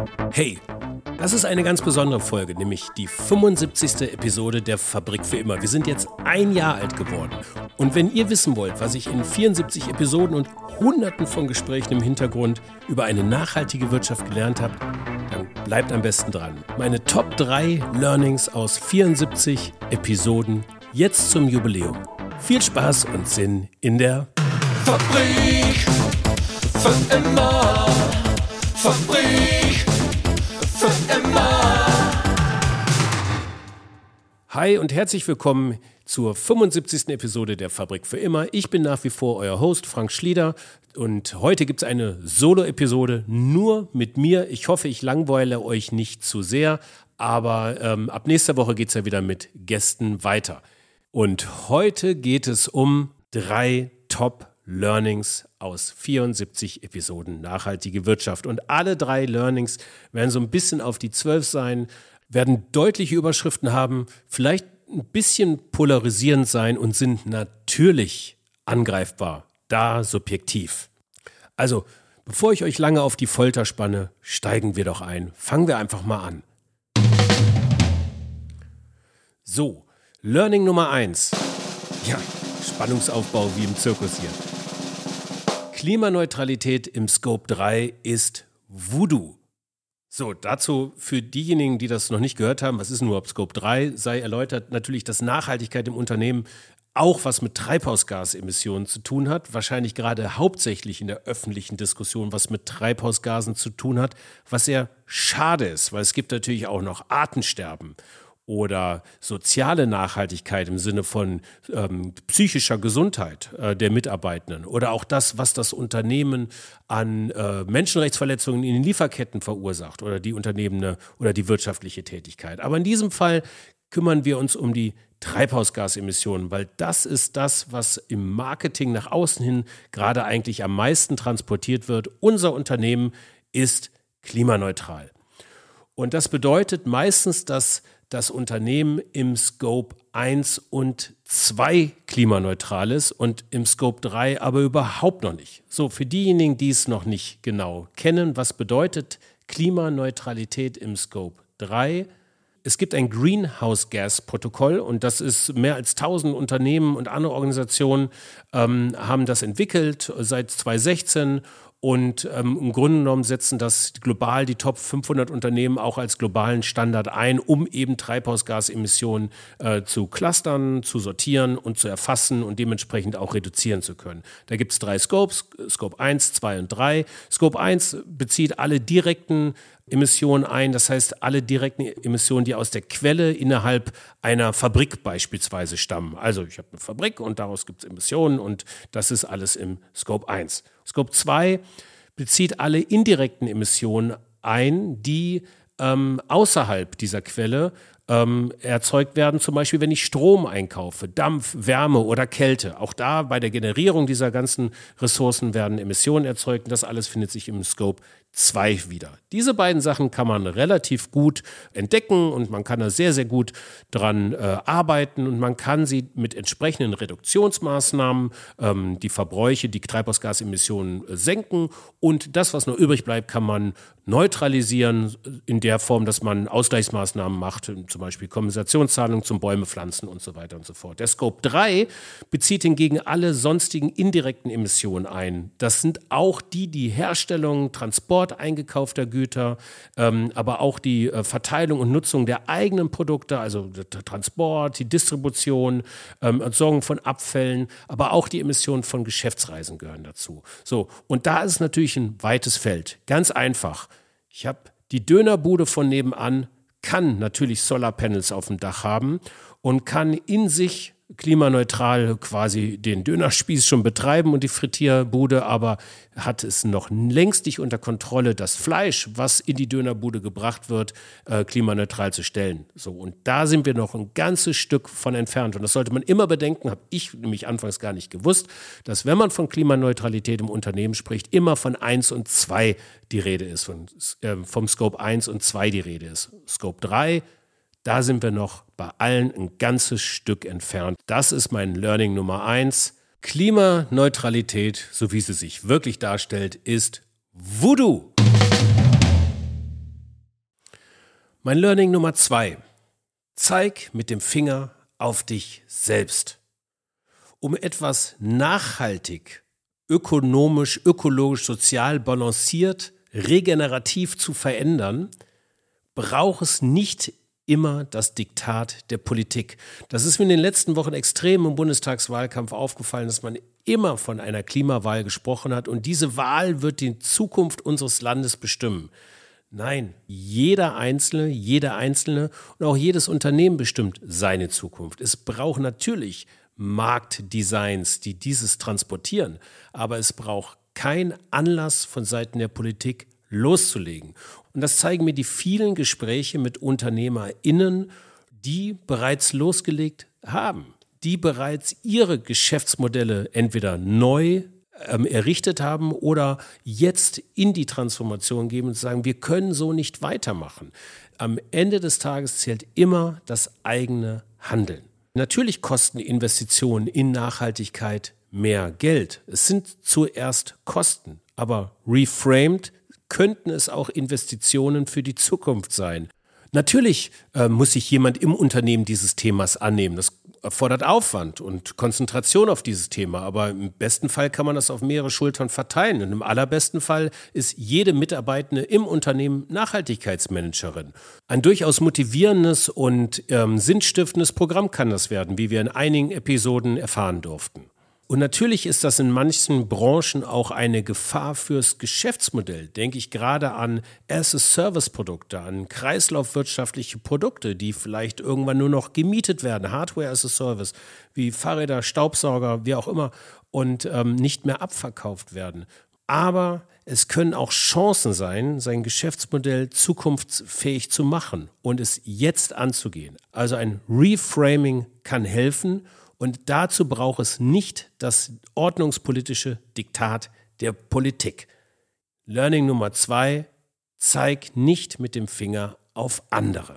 Hey, das ist eine ganz besondere Folge, nämlich die 75. Episode der Fabrik für immer. Wir sind jetzt 1 Jahr alt geworden. Und wenn ihr wissen wollt, was ich in 74 Episoden und Hunderten von Gesprächen im Hintergrund über eine nachhaltige Wirtschaft gelernt habe, dann bleibt am besten dran. Meine Top 3 Learnings aus 74 Episoden jetzt zum Jubiläum. Viel Spaß und Sinn in der Fabrik für immer. Fabrik für immer. Hi und herzlich willkommen zur 75. Episode der Fabrik für immer. Ich bin nach wie vor euer Host Frank Schlieder und heute gibt es eine Solo-Episode nur mit mir. Ich hoffe, ich langweile euch nicht zu sehr, aber ab nächster Woche geht es ja wieder mit Gästen weiter. Und heute geht es um 3 Top-Learnings aus 74 Episoden nachhaltige Wirtschaft. Und alle 3 Learnings werden so ein bisschen auf die 12 sein, werden deutliche Überschriften haben, vielleicht ein bisschen polarisierend sein und sind natürlich angreifbar, da subjektiv. Also, bevor ich euch lange auf die Folter spanne, steigen wir doch ein. Fangen wir einfach mal an. So, Learning Nummer 1. Ja, Spannungsaufbau wie im Zirkus hier. Klimaneutralität im Scope 3 ist Voodoo. So, dazu für diejenigen, die das noch nicht gehört haben, was ist denn überhaupt Scope 3, sei erläutert natürlich, dass Nachhaltigkeit im Unternehmen auch was mit Treibhausgasemissionen zu tun hat, wahrscheinlich gerade hauptsächlich in der öffentlichen Diskussion, was mit Treibhausgasen zu tun hat, was sehr schade ist, weil es gibt natürlich auch noch Artensterben oder soziale Nachhaltigkeit im Sinne von psychischer Gesundheit der Mitarbeitenden oder auch das, was das Unternehmen an Menschenrechtsverletzungen in den Lieferketten verursacht oder die Unternehmene oder die wirtschaftliche Tätigkeit. Aber in diesem Fall kümmern wir uns um die Treibhausgasemissionen, weil das ist das, was im Marketing nach außen hin gerade eigentlich am meisten transportiert wird. Unser Unternehmen ist klimaneutral. Und das bedeutet meistens, dass das Unternehmen im Scope 1 und 2 klimaneutral ist und im Scope 3 aber überhaupt noch nicht. So, für diejenigen, die es noch nicht genau kennen, was bedeutet Klimaneutralität im Scope 3? Es gibt ein Greenhouse-Gas-Protokoll und das ist mehr als 1000 Unternehmen und andere Organisationen haben das entwickelt seit 2016 und im Grunde genommen setzen das global die Top 500 Unternehmen auch als globalen Standard ein, um eben Treibhausgasemissionen zu clustern, zu sortieren und zu erfassen und dementsprechend auch reduzieren zu können. Da gibt es 3 Scopes, Scope 1, 2 und 3. Scope 1 bezieht alle direkten Emissionen ein, das heißt alle direkten Emissionen, die aus der Quelle innerhalb einer Fabrik beispielsweise stammen. Also ich habe eine Fabrik und daraus gibt es Emissionen und das ist alles im Scope 1. Scope 2 bezieht alle indirekten Emissionen ein, die außerhalb dieser Quelle erzeugt werden, zum Beispiel wenn ich Strom einkaufe, Dampf, Wärme oder Kälte. Auch da bei der Generierung dieser ganzen Ressourcen werden Emissionen erzeugt und das alles findet sich im Scope 2 wieder. Diese beiden Sachen kann man relativ gut entdecken und man kann da sehr, sehr gut dran arbeiten und man kann sie mit entsprechenden Reduktionsmaßnahmen die Verbräuche, die Treibhausgasemissionen senken und das, was noch übrig bleibt, kann man neutralisieren in der Form, dass man Ausgleichsmaßnahmen macht, zum Beispiel Kompensationszahlungen zum Bäume pflanzen und so weiter und so fort. Der Scope 3 bezieht hingegen alle sonstigen indirekten Emissionen ein. Das sind auch die Herstellung, Transport eingekaufter Güter, aber auch die Verteilung und Nutzung der eigenen Produkte, also der Transport, die Distribution, Entsorgung von Abfällen, aber auch die Emissionen von Geschäftsreisen gehören dazu. So, und da ist natürlich ein weites Feld. Ganz einfach. Ich habe die Dönerbude von nebenan, kann natürlich Solarpanels auf dem Dach haben und kann in sich klimaneutral quasi den Dönerspieß schon betreiben und die Frittierbude, aber hat es noch längst nicht unter Kontrolle, das Fleisch, was in die Dönerbude gebracht wird, klimaneutral zu stellen. So, und da sind wir noch ein ganzes Stück von entfernt. Und das sollte man immer bedenken, habe ich nämlich anfangs gar nicht gewusst, dass wenn man von Klimaneutralität im Unternehmen spricht, immer von 1 und 2 die Rede ist, vom Scope 1 und 2 die Rede ist. Scope 3, da sind wir noch bei allen ein ganzes Stück entfernt. Das ist mein Learning Nummer 1. Klimaneutralität, so wie sie sich wirklich darstellt, ist Voodoo. Mein Learning Nummer 2. Zeig mit dem Finger auf dich selbst. Um etwas nachhaltig, ökonomisch, ökologisch, sozial balanciert, regenerativ zu verändern, braucht es nicht immer das Diktat der Politik. Das ist mir in den letzten Wochen extrem im Bundestagswahlkampf aufgefallen, dass man immer von einer Klimawahl gesprochen hat und diese Wahl wird die Zukunft unseres Landes bestimmen. Nein, jeder Einzelne und auch jedes Unternehmen bestimmt seine Zukunft. Es braucht natürlich Marktdesigns, die dieses transportieren, aber es braucht keinen Anlass von Seiten der Politik loszulegen. Und das zeigen mir die vielen Gespräche mit UnternehmerInnen, die bereits losgelegt haben, die bereits ihre Geschäftsmodelle entweder neu errichtet haben oder jetzt in die Transformation gehen und sagen, wir können so nicht weitermachen. Am Ende des Tages zählt immer das eigene Handeln. Natürlich kosten Investitionen in Nachhaltigkeit mehr Geld. Es sind zuerst Kosten, aber reframed könnten es auch Investitionen für die Zukunft sein. Natürlich muss sich jemand im Unternehmen dieses Themas annehmen. Das erfordert Aufwand und Konzentration auf dieses Thema. Aber im besten Fall kann man das auf mehrere Schultern verteilen. Und im allerbesten Fall ist jede Mitarbeitende im Unternehmen Nachhaltigkeitsmanagerin. Ein durchaus motivierendes und sinnstiftendes Programm kann das werden, wie wir in einigen Episoden erfahren durften. Und natürlich ist das in manchen Branchen auch eine Gefahr fürs Geschäftsmodell. Denke ich gerade an as-a-Service-Produkte, an kreislaufwirtschaftliche Produkte, die vielleicht irgendwann nur noch gemietet werden, Hardware as a Service, wie Fahrräder, Staubsauger, wie auch immer, und nicht mehr abverkauft werden. Aber es können auch Chancen sein, sein Geschäftsmodell zukunftsfähig zu machen und es jetzt anzugehen. Also ein Reframing kann helfen. Und dazu braucht es nicht das ordnungspolitische Diktat der Politik. Learning Nummer 2, zeig nicht mit dem Finger auf andere.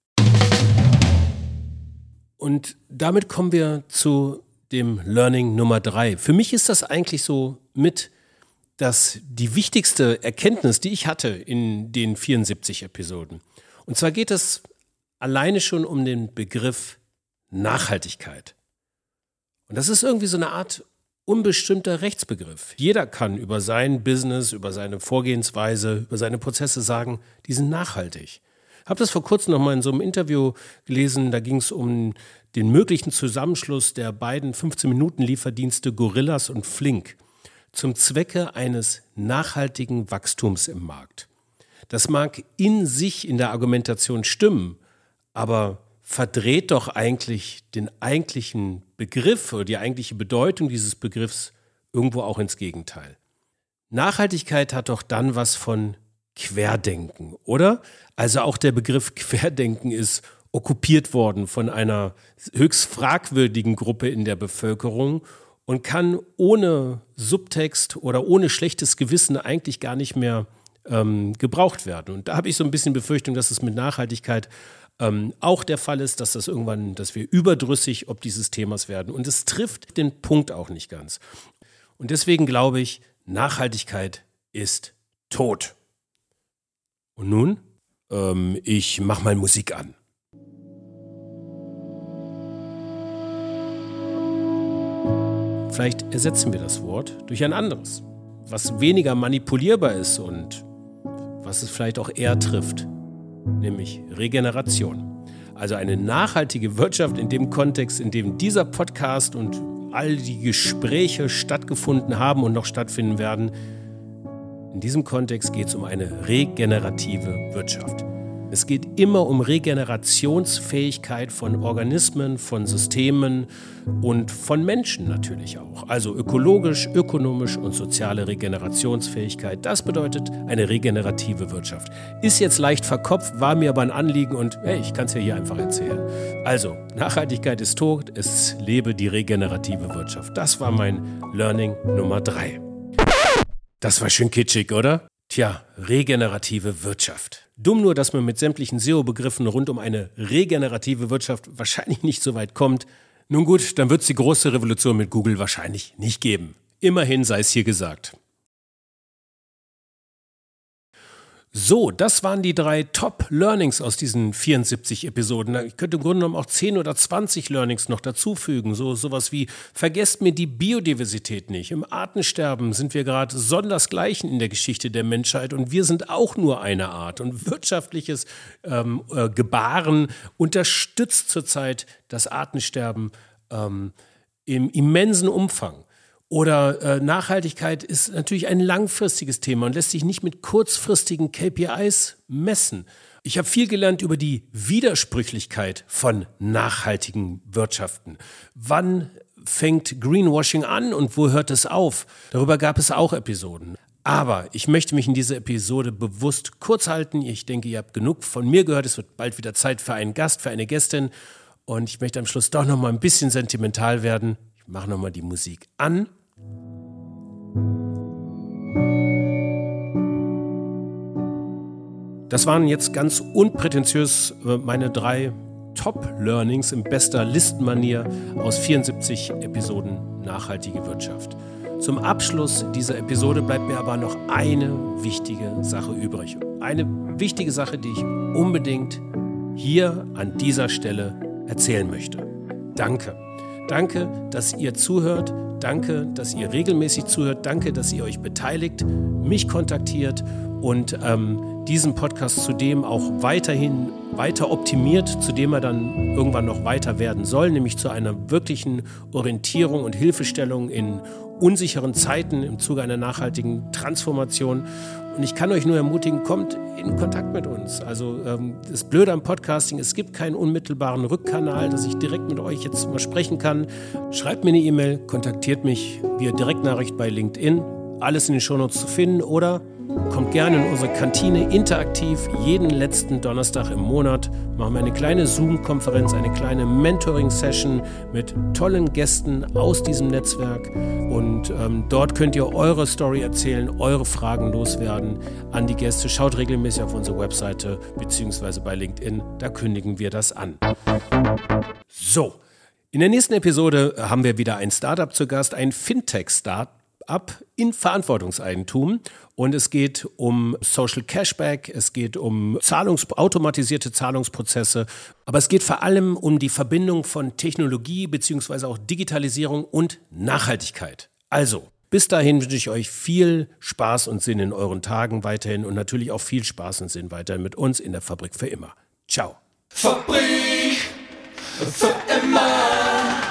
Und damit kommen wir zu dem Learning Nummer 3. Für mich ist das eigentlich so mit die wichtigste Erkenntnis, die ich hatte in den 74 Episoden. Und zwar geht es alleine schon um den Begriff Nachhaltigkeit. Und das ist irgendwie so eine Art unbestimmter Rechtsbegriff. Jeder kann über sein Business, über seine Vorgehensweise, über seine Prozesse sagen, die sind nachhaltig. Ich habe das vor kurzem noch mal in so einem Interview gelesen, da ging es um den möglichen Zusammenschluss der beiden 15-Minuten-Lieferdienste Gorillas und Flink zum Zwecke eines nachhaltigen Wachstums im Markt. Das mag in sich in der Argumentation stimmen, aber verdreht doch eigentlich den eigentlichen Begriff oder die eigentliche Bedeutung dieses Begriffs irgendwo auch ins Gegenteil. Nachhaltigkeit hat doch dann was von Querdenken, oder? Also auch der Begriff Querdenken ist okkupiert worden von einer höchst fragwürdigen Gruppe in der Bevölkerung und kann ohne Subtext oder ohne schlechtes Gewissen eigentlich gar nicht mehr gebraucht werden. Und da habe ich so ein bisschen Befürchtung, dass es mit Nachhaltigkeit auch der Fall ist, dass wir überdrüssig ob dieses Themas werden. Und es trifft den Punkt auch nicht ganz. Und deswegen glaube ich, Nachhaltigkeit ist tot. Und nun, ich mache mal Musik an. Vielleicht ersetzen wir das Wort durch ein anderes, was weniger manipulierbar ist und was es vielleicht auch eher trifft. Nämlich Regeneration. Also eine nachhaltige Wirtschaft in dem Kontext, in dem dieser Podcast und all die Gespräche stattgefunden haben und noch stattfinden werden. In diesem Kontext geht es um eine regenerative Wirtschaft. Es geht immer um Regenerationsfähigkeit von Organismen, von Systemen und von Menschen natürlich auch. Also ökologisch, ökonomisch und soziale Regenerationsfähigkeit. Das bedeutet eine regenerative Wirtschaft. Ist jetzt leicht verkopft, war mir aber ein Anliegen und hey, ich kann es ja hier einfach erzählen. Also, Nachhaltigkeit ist tot, es lebe die regenerative Wirtschaft. Das war mein Learning Nummer 3. Das war schön kitschig, oder? Tja, regenerative Wirtschaft. Dumm nur, dass man mit sämtlichen SEO-Begriffen rund um eine regenerative Wirtschaft wahrscheinlich nicht so weit kommt. Nun gut, dann wird es die große Revolution mit Google wahrscheinlich nicht geben. Immerhin sei es hier gesagt. So, das waren die 3 Top-Learnings aus diesen 74 Episoden. Ich könnte im Grunde genommen auch 10 oder 20 Learnings noch dazufügen. Sowas wie, vergesst mir die Biodiversität nicht. Im Artensterben sind wir gerade sondersgleichen in der Geschichte der Menschheit und wir sind auch nur eine Art. Und wirtschaftliches Gebaren unterstützt zurzeit das Artensterben im immensen Umfang. Oder Nachhaltigkeit ist natürlich ein langfristiges Thema und lässt sich nicht mit kurzfristigen KPIs messen. Ich habe viel gelernt über die Widersprüchlichkeit von nachhaltigen Wirtschaften. Wann fängt Greenwashing an und wo hört es auf? Darüber gab es auch Episoden. Aber ich möchte mich in dieser Episode bewusst kurz halten. Ich denke, ihr habt genug von mir gehört. Es wird bald wieder Zeit für einen Gast, für eine Gästin. Und ich möchte am Schluss doch noch mal ein bisschen sentimental werden. Ich mache noch mal die Musik an. Das waren jetzt ganz unprätentiös meine 3 Top-Learnings in bester Listenmanier aus 74 Episoden Nachhaltige Wirtschaft. Zum Abschluss dieser Episode bleibt mir aber noch eine wichtige Sache übrig. Eine wichtige Sache, die ich unbedingt hier an dieser Stelle erzählen möchte. Danke. Danke, dass ihr zuhört. Danke, dass ihr regelmäßig zuhört. Danke, dass ihr euch beteiligt, mich kontaktiert und diesen Podcast zudem auch weiterhin weiter optimiert, zu dem er dann irgendwann noch weiter werden soll, nämlich zu einer wirklichen Orientierung und Hilfestellung in unsicheren Zeiten im Zuge einer nachhaltigen Transformation. Und ich kann euch nur ermutigen, kommt in Kontakt mit uns. Also das Blöde am Podcasting, es gibt keinen unmittelbaren Rückkanal, dass ich direkt mit euch jetzt mal sprechen kann. Schreibt mir eine E-Mail, kontaktiert mich via Direktnachricht bei LinkedIn. Alles in den Shownotes zu finden oder kommt gerne in unsere Kantine interaktiv. Jeden letzten Donnerstag im Monat machen wir eine kleine Zoom-Konferenz, eine kleine Mentoring-Session mit tollen Gästen aus diesem Netzwerk. Und dort könnt ihr eure Story erzählen, eure Fragen loswerden an die Gäste. Schaut regelmäßig auf unsere Webseite bzw. bei LinkedIn, da kündigen wir das an. So, in der nächsten Episode haben wir wieder ein Startup zu Gast, ein Fintech-Startup in Verantwortungseigentum und es geht um Social Cashback, es geht um automatisierte Zahlungsprozesse, aber es geht vor allem um die Verbindung von Technologie bzw. auch Digitalisierung und Nachhaltigkeit. Also, bis dahin wünsche ich euch viel Spaß und Sinn in euren Tagen weiterhin und natürlich auch viel Spaß und Sinn weiterhin mit uns in der Fabrik für immer. Ciao. Fabrik für immer.